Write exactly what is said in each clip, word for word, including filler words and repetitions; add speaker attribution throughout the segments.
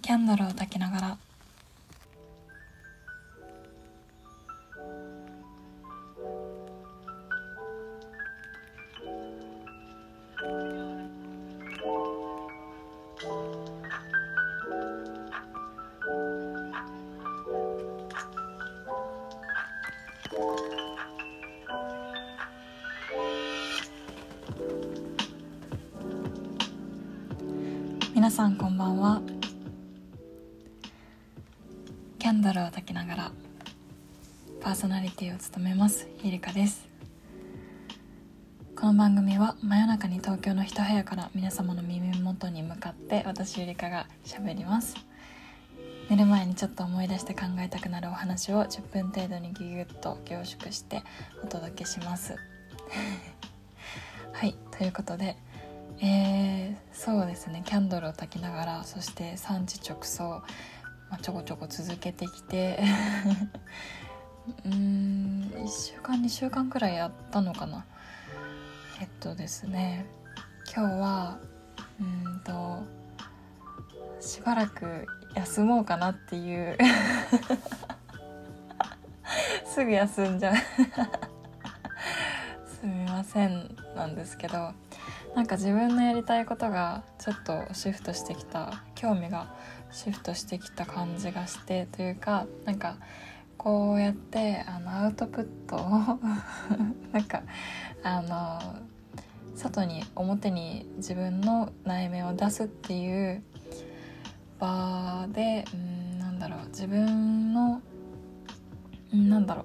Speaker 1: キャンドルを焚きながら。皆さんこんばんは。キャンドルを焚きながらパーソナリティを務めますゆりかです。この番組は真夜中に東京の一部屋から皆様の耳元に向かって私ゆりかが喋ります。寝る前にちょっと思い出して考えたくなるお話をじゅっぷん程度にギュギュッと凝縮してお届けしますはい、ということでえー、そうですねキャンドルを焚きながら、そして産地直送、まあ、ちょこちょこ続けてきてうーんいっしゅうかんにしゅうかんくらいやったのかな。えっとですね今日はうーんとしばらく休もうかなっていうすぐ休んじゃうすみませんなんですけど、なんか自分のやりたいことがちょっとシフトしてきた、興味がシフトしてきた感じがしてというか、なんかこうやってあのアウトプットをなんかあの外に表に自分の内面を出すっていう場で、うーんなんだろう自分のんなんだろう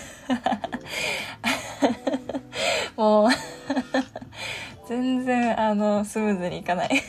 Speaker 1: もう全然あのスムーズにいかない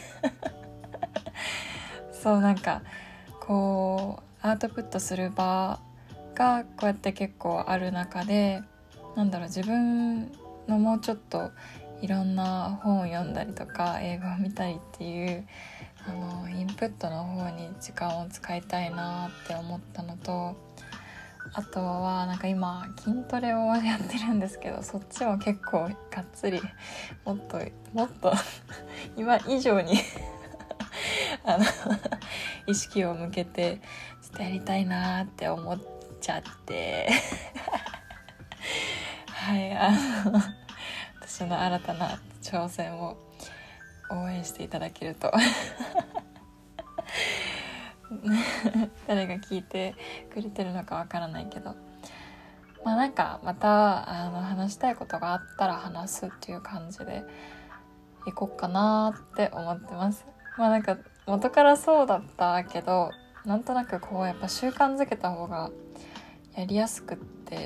Speaker 1: そうなんかこうアウトプットする場がこうやって結構ある中で、なんだろう自分のもうちょっといろんな本を読んだりとか映画を見たりっていうあのインプットの方に時間を使いたいなって思ったのと、あとはなんか今筋トレをやってるんですけど、そっちも結構がっつりもっともっと今以上にあの意識を向けてちょっとやりたいなって思っちゃってはいあの私の新たな挑戦を応援していただけると誰が聞いてくれてるのかわからないけど、まあなんかまたあの話したいことがあったら話すっていう感じでいこうかなって思ってます。まあなんか元からそうだったけど、なんとなくこうやっぱ習慣づけた方がやりやすくって、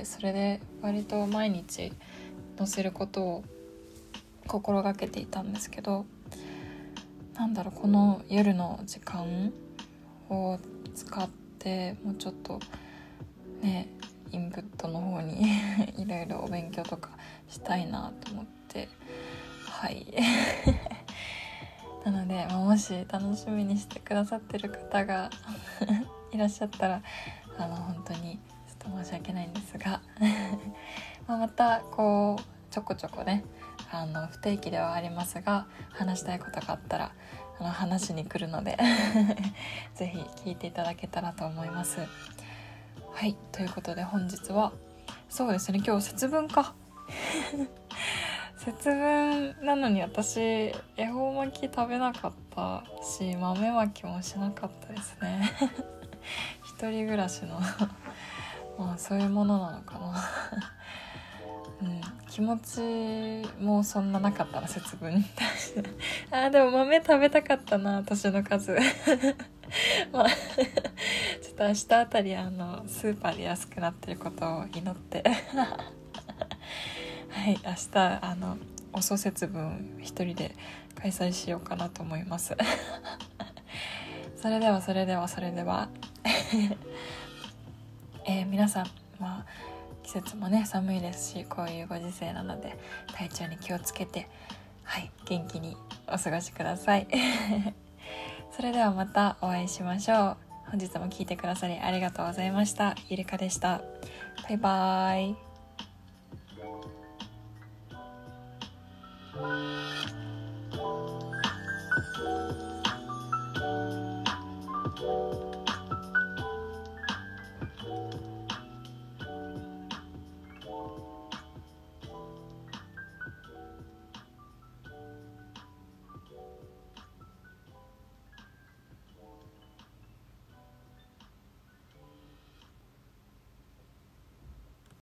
Speaker 1: それで割と毎日載せることを心がけていたんですけど、なんだろうこの夜の時間を使ってもうちょっとねインプットの方にいろいろお勉強とかしたいなと思ってはいなので、まあ、もし楽しみにしてくださってる方がいらっしゃったらあの本当にちょっと申し訳ないんですがまあまたこうちょこちょこねあの不定期ではありますが話したいことがあったらあの話しに来るのでぜひ聞いていただけたらと思います。はい、ということで本日はそうですね今日節分か節分なのに私恵方巻き食べなかったし豆巻きもしなかったですね一人暮らしのまあそういうものなのかなうん、気持ちもそんななかったな節分に対してあーでも豆食べたかったな年の数まあちょっと明日あたりあのスーパーで安くなってることを祈ってはい明日あの遅節分一人で開催しようかなと思いますそれではそれではそれではえー、皆さんまあ季節もね寒いですし、こういうご時世なので体調に気をつけてはい元気にお過ごしくださいそれではまたお会いしましょう。本日も聞いてくださりありがとうございました。ゆりかでした。バイバーイ。